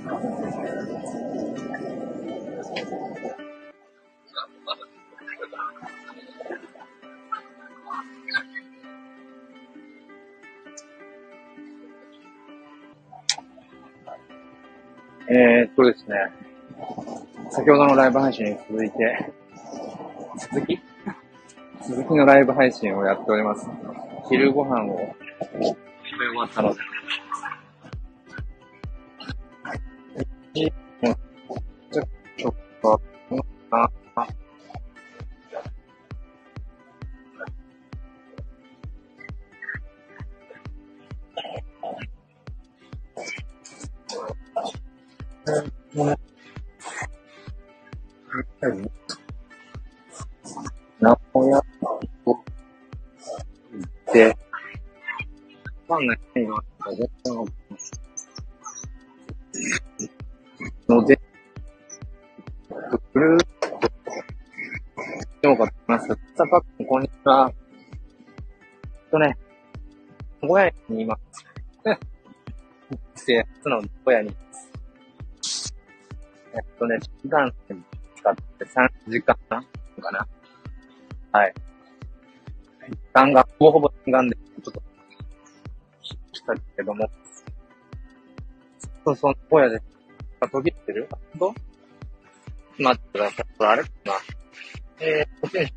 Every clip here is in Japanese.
ですね。先ほどのライブ配信に続いて、続きのライブ配信をやっております。昼ご飯を食べ終わったので。ちょっと、名古屋とで、わかんないので、ブルーようかと思います。サパックこんにちは。名古屋にいます。初の名古屋にいます。新幹線使って3時間かな。はい。弾丸、ほぼ弾丸で、ちょっと、したけども。そう、名古屋で、途切れてる？本当？待ってください。これあれかな。こっちに。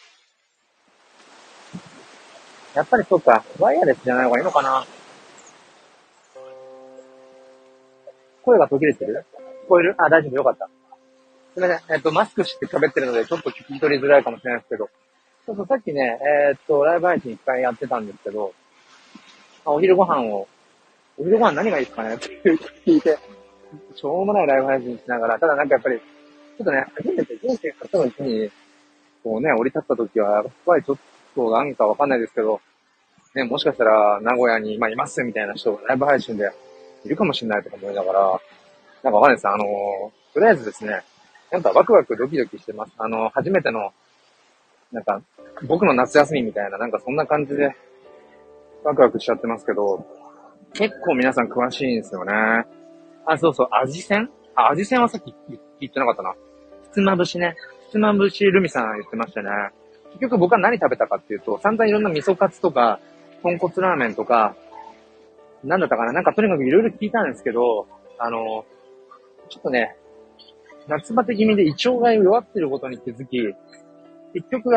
やっぱりそうか、ワイヤレスじゃない方がいいのかな。声が途切れてる？聞こえる？あ、大丈夫、よかった。すみません。マスクして喋ってるので、ちょっと聞き取りづらいかもしれないですけど。そう、さっきね、ライブ配信一回やってたんですけど、お昼ご飯何がいいですかねって聞いて、しょうもないライブ配信しながら、ただなんかやっぱり、ちょっとね、初めて人生初のうちに、こうね、降り立った時は、やっぱりちょっとなんかわかんないですけど、ね、もしかしたら名古屋に今いますみたいな人がライブ配信でいるかもしれないとか思いながら、なんかわかんないです。とりあえずですね、なんかワクワクドキドキしてます。初めての、なんか、僕の夏休みみたいな、なんかそんな感じで、ワクワクしちゃってますけど、結構皆さん詳しいんですよね。あ、そうそう、味仙はさっき言ってなかったな。ひつまぶしね。ひつまぶしルミさん言ってましたね。結局僕は何食べたかっていうと、散々いろんな味噌カツとか、豚骨ラーメンとか、なんだったかな、なんかとにかくいろいろ聞いたんですけど、ちょっとね、夏バテ気味で胃腸が弱ってることに気づき、結局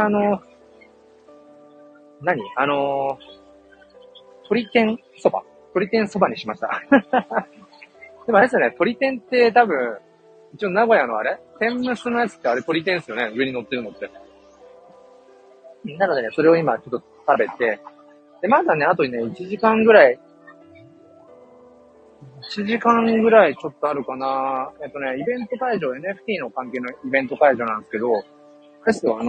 鶏天そばにしました。でもあれですよね、鶏天って多分、一応名古屋のあれ天むすのやつってあれ鶏天ですよね、上に乗ってるのって。なのでね、それを今ちょっと食べて、で、まだね、あとね、1時間ぐらいちょっとあるかな。イベント会場、NFT の関係のイベント会場なんですけど、ですよ、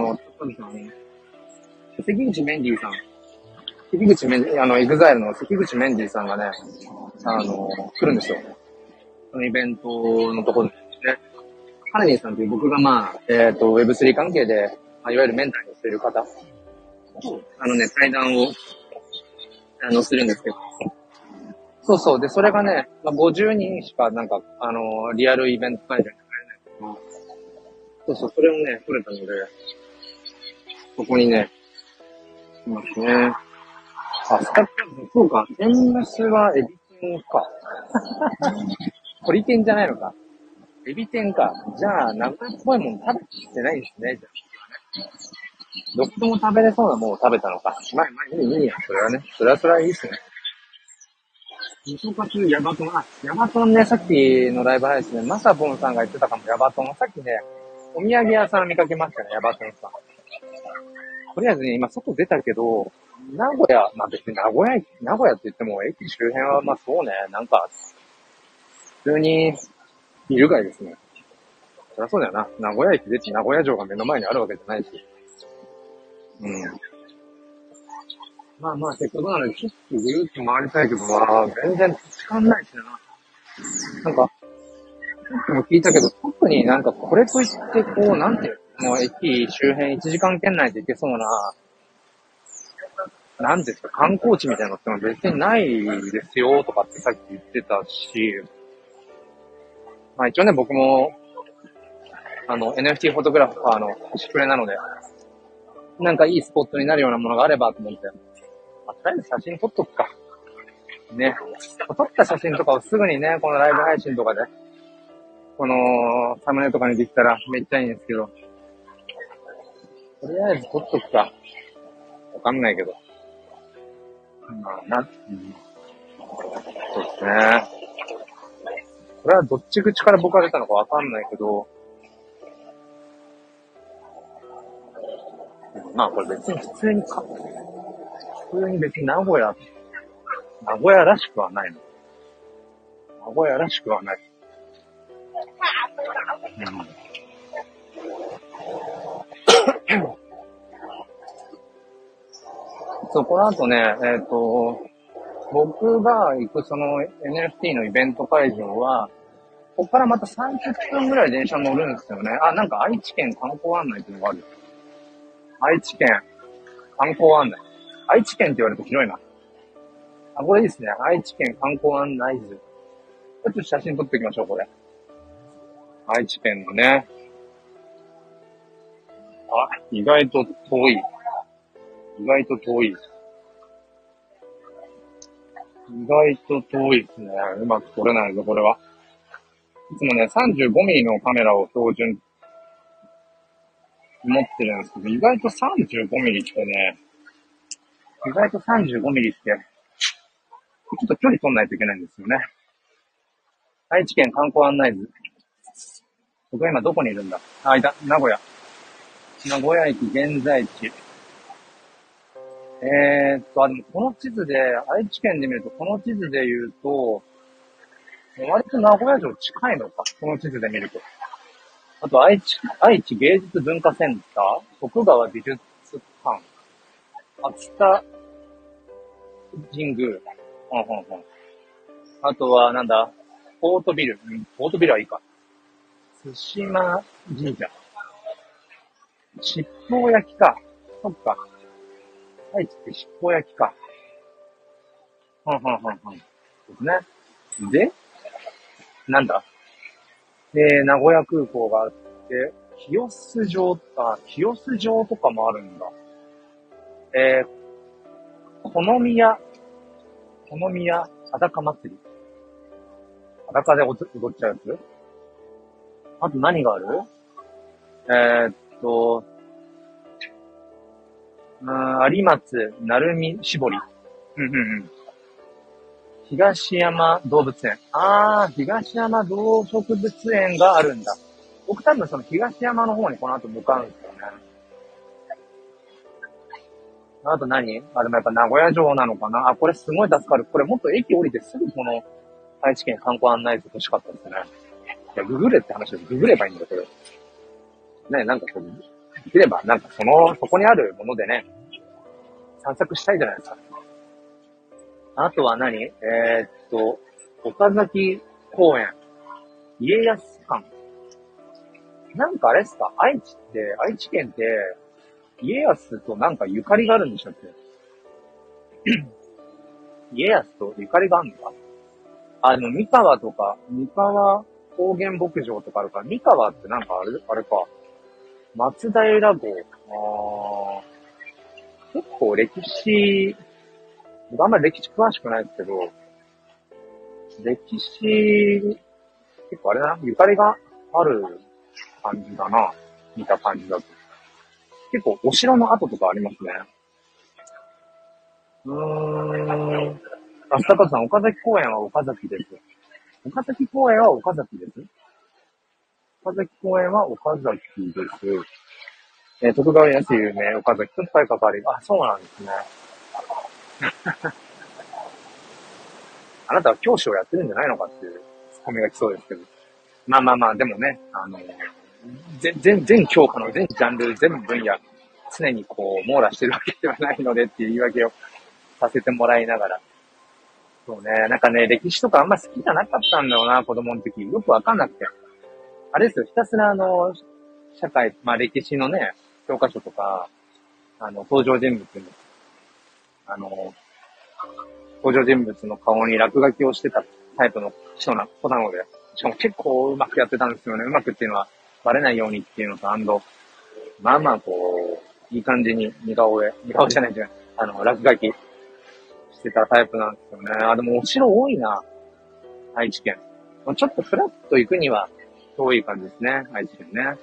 関口メンディーさん。EXILE の関口メンディーさんがね、来るんですよ。そのイベントのところでね。ハラニーさんという僕がWeb3 関係で、いわゆるメンターにしている方と、対談を、するんですけど。そうそう。で、それがね、50人しかリアルイベント会場に入れないけど、そうそう、それをね、取れたので、そこにね、いますね。あ、そうか。天むすはエビ天か。鳥天じゃないのか。エビ天か。じゃあ、名古屋っぽいもの食べてないんですね。どこでも食べれそうなものを食べたのか。まあ、いいや。それはね。それはいいっすね。味噌カツヤバトン。ヤバトンね、さっきのライブ配信で、マサボンさんが言ってたかも、ヤバトン。さっきね、お土産屋さん見かけましたね、ヤバトンさん。とりあえずね、今外出たけど、名古屋、別に名古屋って言っても、駅周辺はそうね、普通に、ビル街ですね。そりゃそうだよな。名古屋駅出て名古屋城が目の前にあるわけじゃないし。せっかくなので、ちょっとぐるっと回りたいけど全然時間ないしな。さっきも聞いたけど、特にこれといって、駅周辺1時間圏内で行けそうな、ですか、観光地みたいなのって別にないですよ、とかってさっき言ってたし、 まあ一応ね、僕も、NFT フォトグラファーの端くれなので、なんかいいスポットになるようなものがあればと思って、まあ、とりあえず写真撮っとくか。ね。撮った写真とかをすぐにね、このライブ配信とかで、このサムネとかにできたらめっちゃいいんですけど、とりあえず撮っとくか。わかんないけど。まあな、そうですね。これはどっち口から僕が出たのかわかんないけど、まあこれ別に普通に別に名古屋らしくはないの。名古屋らしくはない。そう、この後ね、僕が行くその NFT のイベント会場は、ここからまた30分ぐらい電車乗るんですよね。あ、なんか愛知県観光案内っていうのがある。愛知県観光案内。愛知県って言われると広いな。あ、これいいですね。愛知県観光案内図。ちょっと写真撮っておきましょう、これ。愛知県のね。あ、意外と遠い。意外と遠い。意外と遠いですね。うまく撮れないぞ、これは。いつもね、35ミリのカメラを標準持ってるんですけど、意外と35ミリってね、意外と35ミリって、ちょっと距離取んないといけないんですよね。愛知県観光案内図。僕は今どこにいるんだ？あ、いた。名古屋。名古屋駅現在地。でもこの地図で、愛知県で見ると、この地図で言うと、割と名古屋城近いのか。この地図で見ると。あと、愛知芸術文化センター、徳川美術館、熱田神宮、あとは、なんだ、ポートビル、ポートビルはいいか。津島神社。七宝焼きか。そっか。愛知って七宝焼きか。ですね。で、なんだ名古屋空港があって、清洲城とかもあるんだ。この宮、裸祭り。裸で踊っちゃうやつ？あと何がある？えーっと、有松、鳴海絞り。東山動物園。東山動植物園があるんだ。僕多分その東山の方にこの後向かうんですよね。あと何？でもやっぱ名古屋城なのかな。これすごい助かる。これもっと駅降りてすぐこの愛知県観光案内図欲しかったですね。いや、ググれって話です。ググればいいんだ、これ。ね、なんかこう、できれば、なんかそこにあるものでね、散策したいじゃないですか。あとは何？岡崎公園。家康館。なんかあれっすか？愛知県って、家康となんかゆかりがあるんでしたっけ？家康とゆかりがあるのか？でも三河高原牧場とかあるから、三河ってなんかあれか。松平号。結構僕あんまり歴史詳しくないですけど、歴史、結構あれだな、ゆかりがある感じだな。見た感じだと。結構お城の跡とかありますね。高田さん、岡崎公園は岡崎です。岡崎公園は岡崎です。岡崎公園は岡崎です。徳川家康有名、岡崎と深い関わりが。そうなんですね。あなたは教師をやってるんじゃないのかっていうツッコミが来そうですけど。まあ、でもね、全教科の全ジャンル、全分野、常にこう、網羅してるわけではないのでっていう言い訳をさせてもらいながら。そうね、なんかね、歴史とかあんま好きじゃなかったんだろうな、子供の時。よくわかんなくて。あれですよ、ひたすら社会、歴史のね、教科書とか、登場人物の顔に落書きをしてたタイプの人な子なので、しかも結構うまくやってたんですよね。うまくっていうのはバレないようにっていうのと、まあまあこう、いい感じに似顔絵じゃないじゃん。落書きしてたタイプなんですよね。でもお城多いな、愛知県。ちょっとフラッと行くには遠い感じですね、愛知県ね。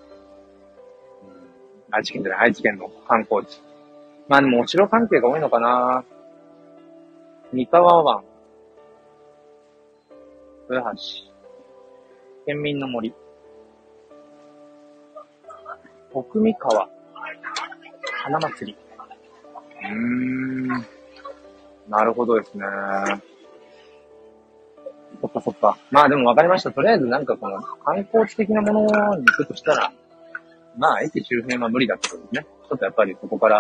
愛知県じゃない、愛知県の観光地。まあでもお城関係が多いのかな。三河湾、豊橋、県民の森、奥三河、花祭り。なるほどですね。そっかそっか。まあでもわかりました。とりあえずなんかこの観光地的なものに行くとしたら、まあ駅周辺は無理だってことですね。ちょっとやっぱりここから、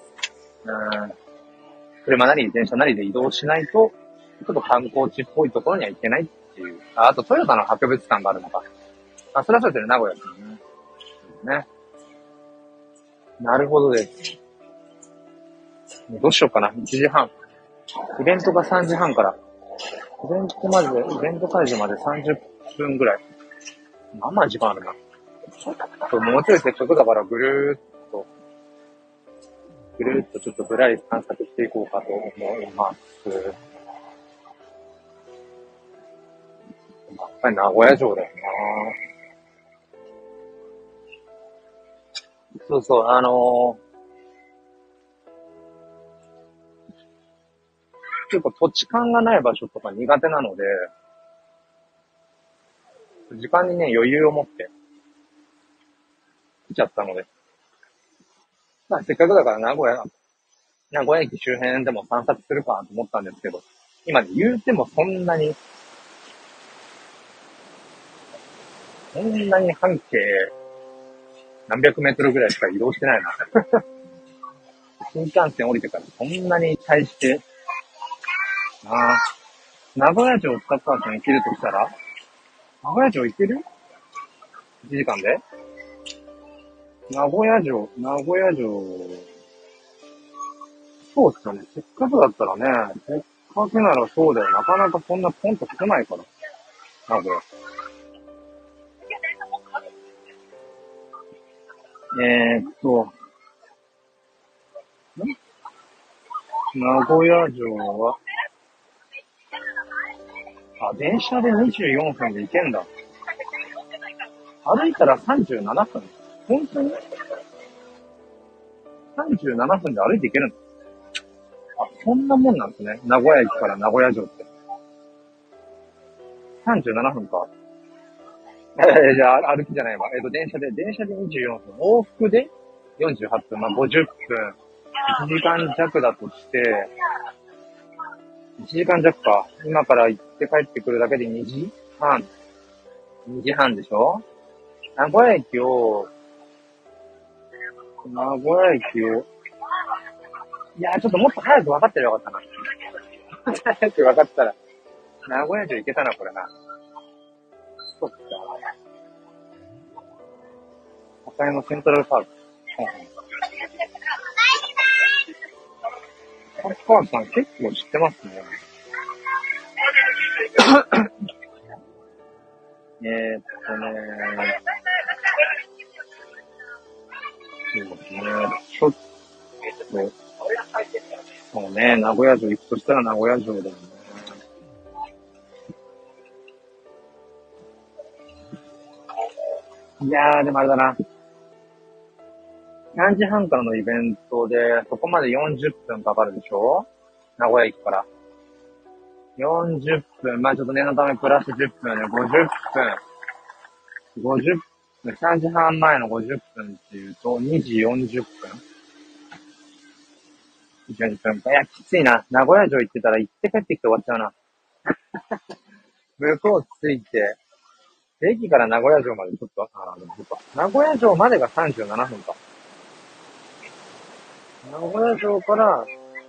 車なり電車なりで移動しないと、ちょっと観光地っぽいところには行けないっていう。あとトヨタの博物館があるのか。それはそうですね、名古屋ですね。ね。なるほどです。どうしようかな。1時半。イベントが3時半から。イベント会場まで30分ぐらい。まあまあ時間あるな。もうちょいせっかくだからぐるーっとちょっとぶらり散策していこうかと思います。やっぱり名古屋城だよな。そうそう、結構土地勘がない場所とか苦手なので、時間にね、余裕を持って来ちゃったので、まあせっかくだから名古屋駅周辺でも散策するかと思ったんですけど、今ね、言うてもそんなに半径何百メートルぐらいしか移動してないな。新幹線降りてからそんなに対して、名古屋城2つは行けるとしたら、名古屋城行ける ?1 時間で名古屋城、そうっすよね。せっかくだったらね、せっかくならそうだよ。なかなかそんなポンと来ないから。名古屋。名古屋城は、電車で24分で行けんだ。歩いたら37分。本当に ?37 分で歩いて行けるの？そんなもんなんですね。名古屋駅から名古屋城って。37分か。じゃあ、歩きじゃないわ。電車で24分。往復で48分。まあ、50分。1時間弱だとして、1時間弱か。今から行って帰ってくるだけで2時半でしょ？名古屋駅を、いやーちょっともっと早く分かってればよかったな。早く分かったら、名古屋城行けたな、これな。そっか。高山セントラルパーク。パークさん結構知ってますね。そうですね。ちょっと、そうね、名古屋城行くとしたら名古屋城だよね。いやー、でもあれだな。3時半からのイベントで、そこまで40分かかるでしょ？名古屋駅から。40分、まあちょっと念のためプラス10分で50分、3時半前の50分っていうと、2時40分。40分か。いや、きついな。名古屋城行ってたら行って帰ってきて終わっちゃうな。向こう着いて、駅から名古屋城までちょっと、でもそっか。名古屋城までが37分か。名古屋城から、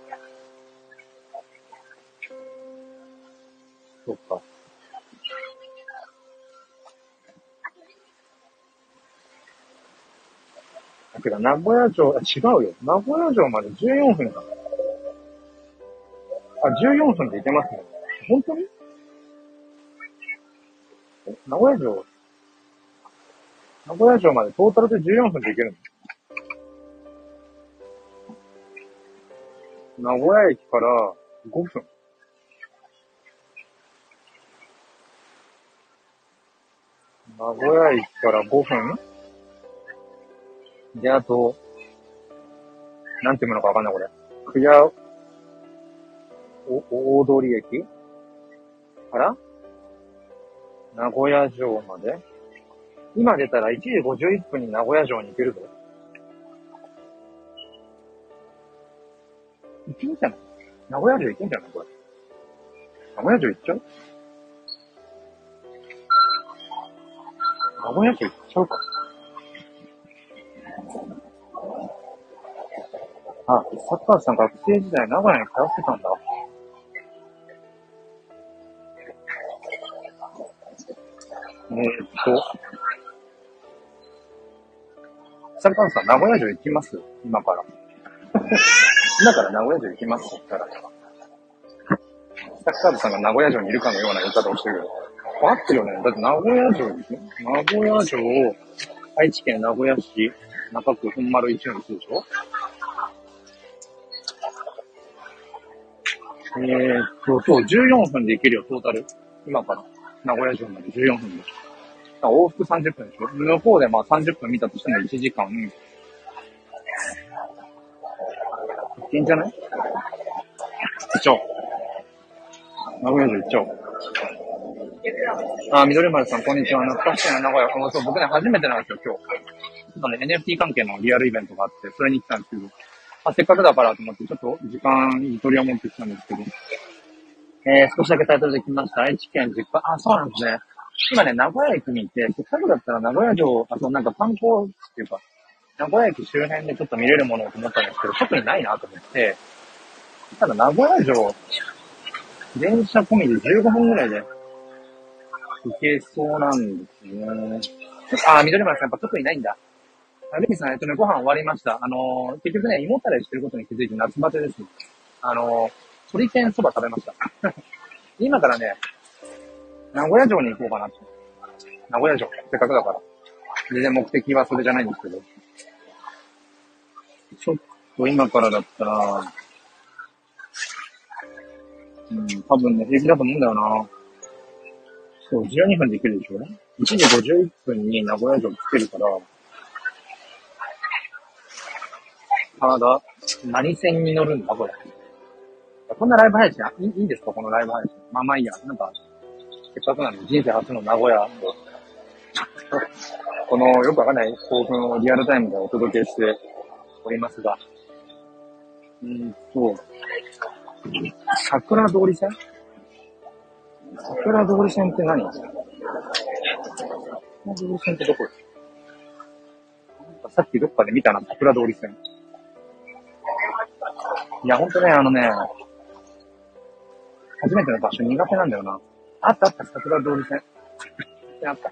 そっか。てか、名古屋城、違うよ。名古屋城まで14分か。14分で行けますね。本当に名古屋城、名古屋城までトータルで14分で行けるの？名古屋駅から5分。名古屋駅から5分で、あと、なんていうのかわかんないこれ。大通駅から名古屋城まで。今出たら1時51分に名古屋城に行けるぞ。行けんじゃない？名古屋城行けんじゃないこれ。名古屋城行っちゃう？名古屋城行っちゃうか。あ、サッカーさん学生時代名古屋に通ってたんだ。サッカーさん名古屋城行きます？今から。今から名古屋城行きますって言ったら。サッカーさんが名古屋城にいるかのような言い方をしてるけど。合ってるよね。だって名古屋城、名古屋城を愛知県名古屋市中区本丸1の1でしょ？そう、14分で行けるよ、トータル。今から。名古屋城まで14分で。往復30分でしょ？向こうでまあ30分見たとしても1時間。いけんじゃない？行っちゃおう。名古屋城行っちゃおう。緑丸さん、こんにちは。懐かしいな、名古屋。そう、僕ね、初めてなんですよ、今日。ちょっとね、NFT 関係のリアルイベントがあって、それに来たんですけど、せっかくだからと思って、ちょっと時間に取りを持ってきたんですけど、少しだけタイトルできました。愛知県実家。そうなんですね。今ね、名古屋駅にいて、せっかくだったら名古屋城、なんか観光っていうか、名古屋駅周辺でちょっと見れるものをと思ったんですけど、特にないなと思って、ただ名古屋城、電車込みで15分ぐらいで行けそうなんですね。緑丸さんやっぱ特にないんだ。ルミさん、ご飯終わりました。結局ね、胃もたれしてることに気づいて夏バテですね。鶏天そば食べました。今からね、名古屋城に行こうかなって。名古屋城、せっかくだから。全然目的はそれじゃないんですけど。ちょっと今からだったら、多分ね、平気だと思うんだよな。そう、12分で行けるでしょ？ 1 時51分に名古屋城つけるから、ただ、何線に乗るんだこれ。こんなライブ配信いいんですかこのライブ配信。まあいいや。なんか、せっかくなんで人生初の名古屋を、このよくわかんない興奮をリアルタイムでお届けしておりますが。桜通り線？桜通り線って何？桜通り線ってどこ？さっきどっかで見たな、桜通り線。いや、ほんとね、初めての場所苦手なんだよな。あった、桜通り線。あった。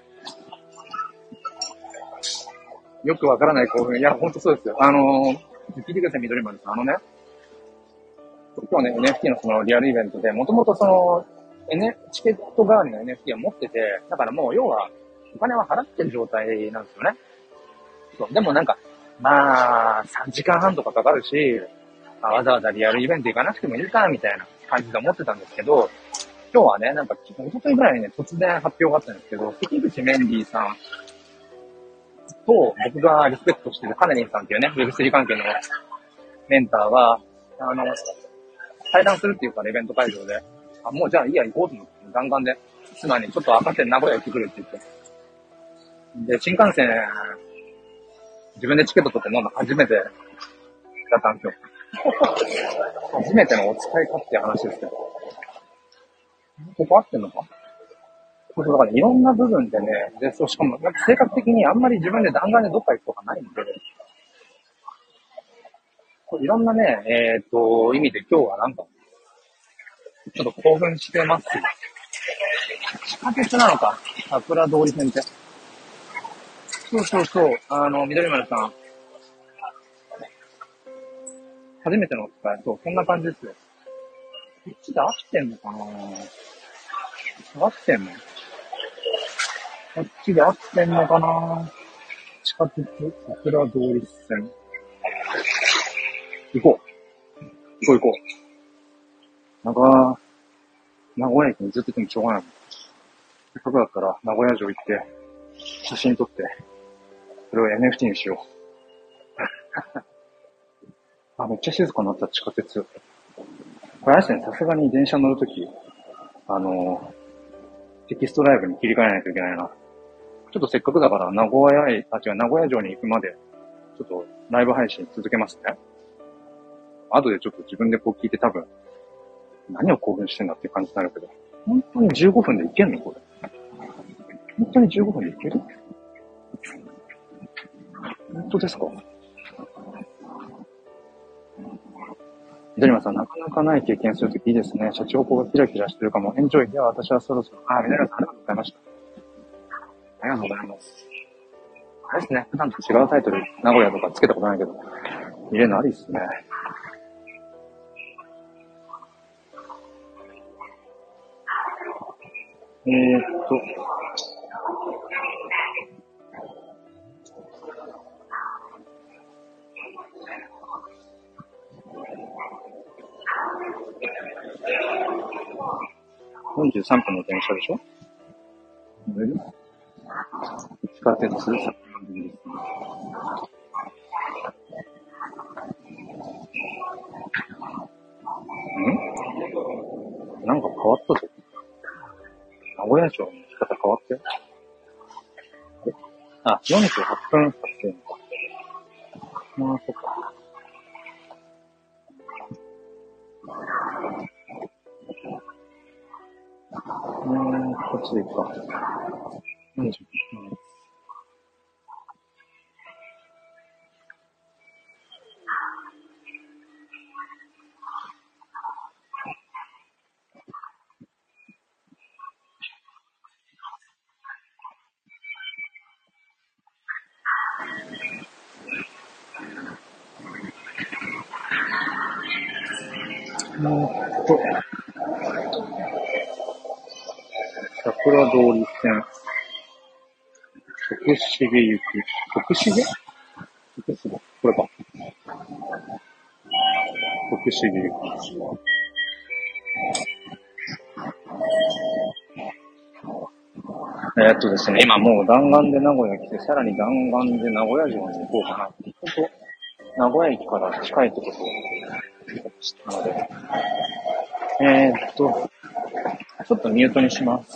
よくわからない興奮。いや、ほんとそうですよ。聞いてください、緑丸さん。今日ね、NFT のそのリアルイベントで、もともとその、チケット代わりの NFT を持ってて、だからもう要は、お金は払ってる状態なんですよね。そう。でもなんか、3時間半とかかかるし、わざわざリアルイベント行かなくてもいいか、みたいな感じで思ってたんですけど、今日はね、なんか、一昨日ぐらいにね、突然発表があったんですけど、関口メンディーさんと、僕がリスペクトしてるカネリンさんっていうね、Web3 関係のメンターが、対談するっていうか、イベント会場で、もうじゃあいいや行こうと思って、弾丸で、妻にちょっと赤線名古屋行ってくるって言って。で、新幹線、自分でチケット取って飲んだ初めてだったんですよ。初めてのお使いかっていう話ですけど。ここ合ってんのか？そうだからいろんな部分でね、しかも、性格的にあんまり自分で弾丸でどっか行くとかないんで、いろんなね、意味で今日はなんか、ちょっと興奮してます。地下鉄なのか、桜通り線って。そう。緑丸さん。初めてのお使い。そう、こんな感じですよ。こっちで合ってんのかな？合ってんの？ こっちで合ってんのかな。地下鉄桜通り線。行こう。行こう。名古屋駅にずっといてもしょうがないもん。せっかくだったら名古屋城行って、写真撮って、それを NFT にしよう。あ、めっちゃ静かになった地下鉄。これあれですね、さすがに電車乗るとき、テキストライブに切り替えないといけないな。ちょっとせっかくだから名古屋城に行くまで、ちょっとライブ配信続けますね。後でちょっと自分でこう聞いて多分、何を興奮してんだっていう感じになるけど、本当に15分でいけんのこれ。本当に15分でいける？本当ですか？ジョニマさん、なかなかない経験するときいいですね。シャチホコがキラキラしてるかも。エンジョイ。では私はそろそろ。ミネラルさんありがとうございました。ありがとうございます。あれですね。普段と違うタイトル、名古屋とかつけたことないけど、見れるのありですね。43分の電車でしょ？乗れる？地下鉄桜通りですね。なんか変わったぞ。名古屋城の仕方変わってる？あ、48分発生か。まあ、そっか。こっちで行くか。40分。桜通り線。徳重行き。徳重？これか。徳重行き。ですね、今もう弾丸で名古屋来て、さらに弾丸で名古屋城に行こうかな。本当名古屋駅から近いってことを知ったので。ちょっとミュートにします。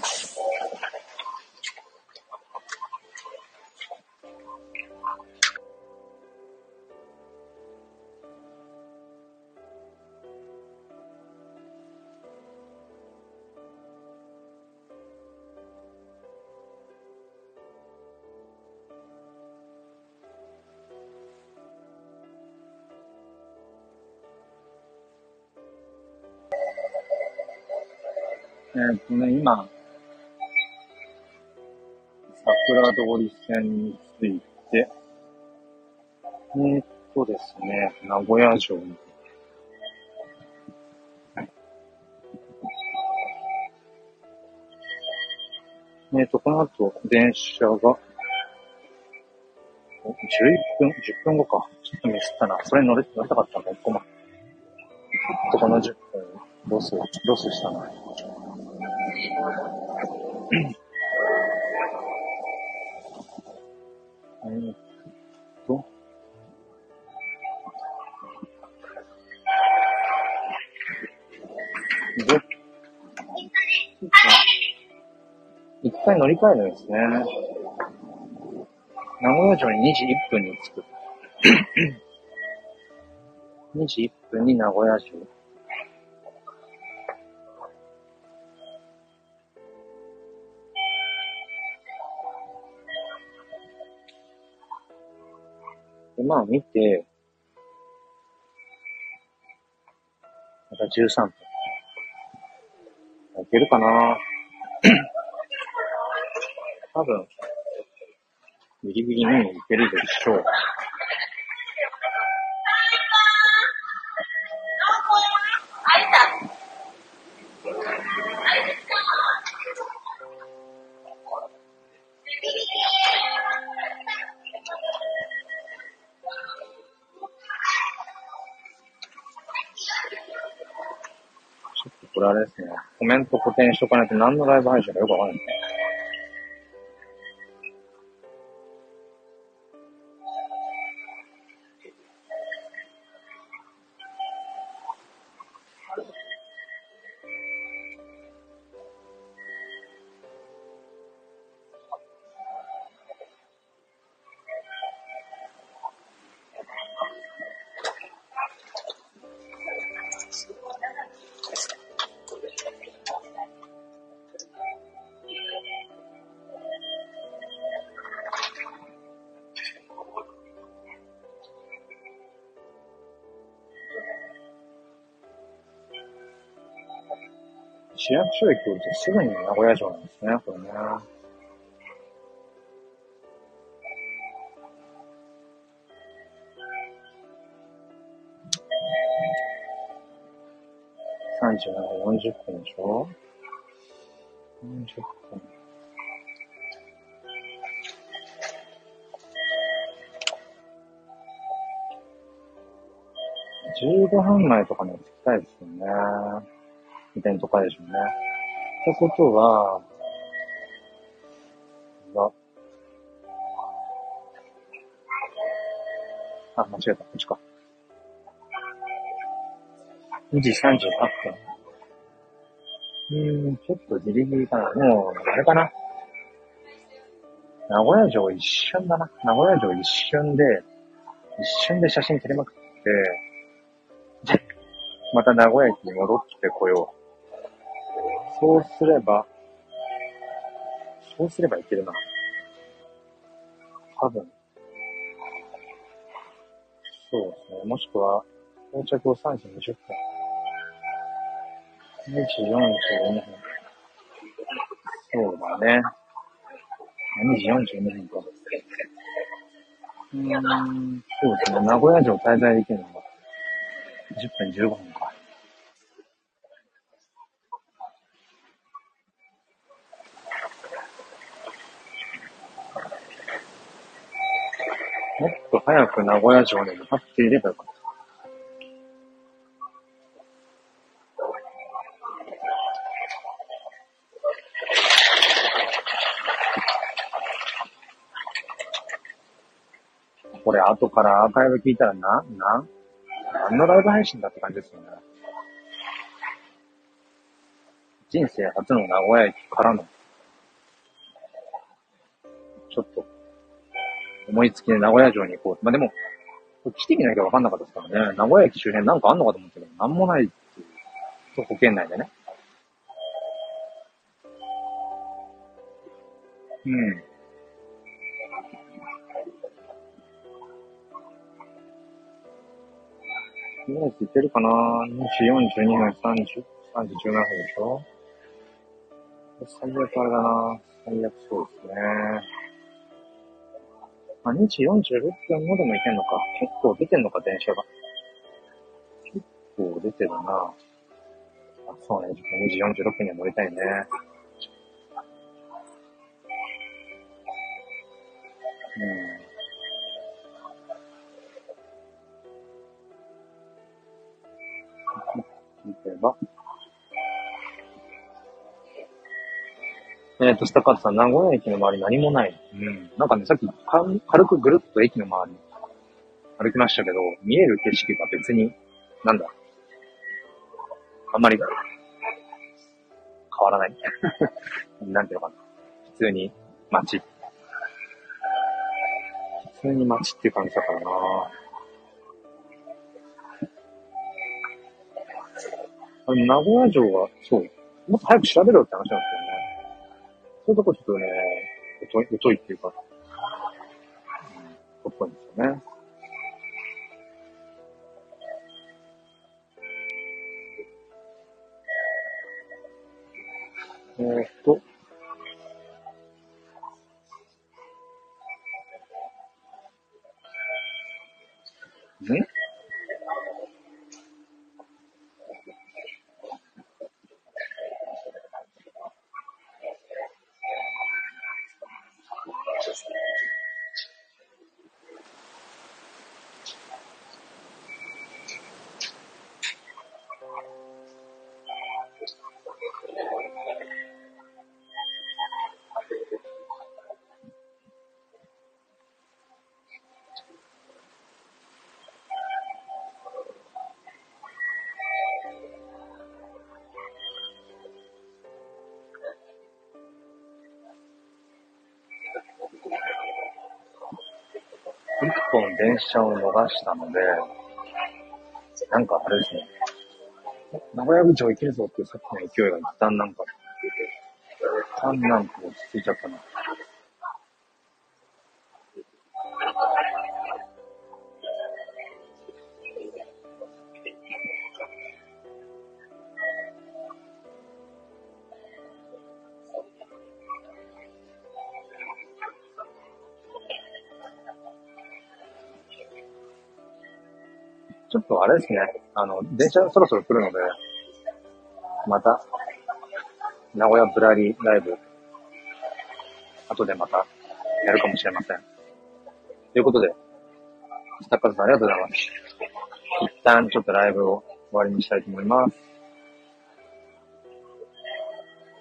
今、桜通り線について、ですね、名古屋城に。この後、電車が、11分、10分後か。ちょっとミスったな。それ乗りたかったんだ、1個前。この10分、ロスしたな。一回乗り換えるんですね。名古屋城に2時1分に着く。2時1分に名古屋城。で、まあ見て、また13分。いけるかな多分、ギリギリにいけるでしょう。 これあれですね。コメント固定にしとかないと何のライブ配信かよくわかんないですね。市役所駅降りてすぐに名古屋城なんですね、これね。37分40分でしょ ?40 分。15分前とかに着きたいですよね。イベント会場ね。ってことは、間違えた。こっちか。2時38分。ちょっとギリギリかな。もう、あれかな。名古屋城一瞬だな。名古屋城一瞬で写真撮りまくって、で、また名古屋駅に戻ってこよう。そうすればいけるな。多分。そうですね。もしくは、到着を3時20分。2時42分。そうだね。2時42分か。そうですね。名古屋城滞在できるのが10分15分か。もっと早く名古屋城に向かっていればよかった。これ後からアーカイブ聞いたら何のライブ配信だって感じですよね。人生初の名古屋駅からの、ちょっと、思いつきで名古屋城に行こう。まあ、でも、来てみなきゃ分かんなかったですからね。名古屋駅周辺なんかあんのかと思ったけど、なんもないっていう。徒歩圏内でね。うん。とりあえず行けるかな ?2 時42分3時17分でしょ最悪あれだな。最悪そうですね。2時46分もでも行けんのか。結構出てんのか、電車が。結構出てるな。そうね。2時46分には乗りたいね。見てば。スタカートさん、名古屋駅の周り何もない。なんかね、さっき軽くぐるっと駅の周り歩きましたけど、見える景色が別に、あんまり変わらない。なんていうのかな。普通に街。普通に街っていう感じだからな。名古屋城は、そう。もっと早く調べろって話なんですよね。そういうとこちょっとね、疎いっていうか、っぽいんですよね。えーっと、ん本電車を逃したので、なんかあれですね。名古屋口を行けるぞっていうさっきの勢いが一旦なんか落ち着いちゃったな。ちょっとあれですね。電車がそろそろ来るので、また、名古屋ぶらりライブ、後でまたやるかもしれません。ということで、スタッカーズさんありがとうございます。一旦ちょっとライブを終わりにしたいと思います。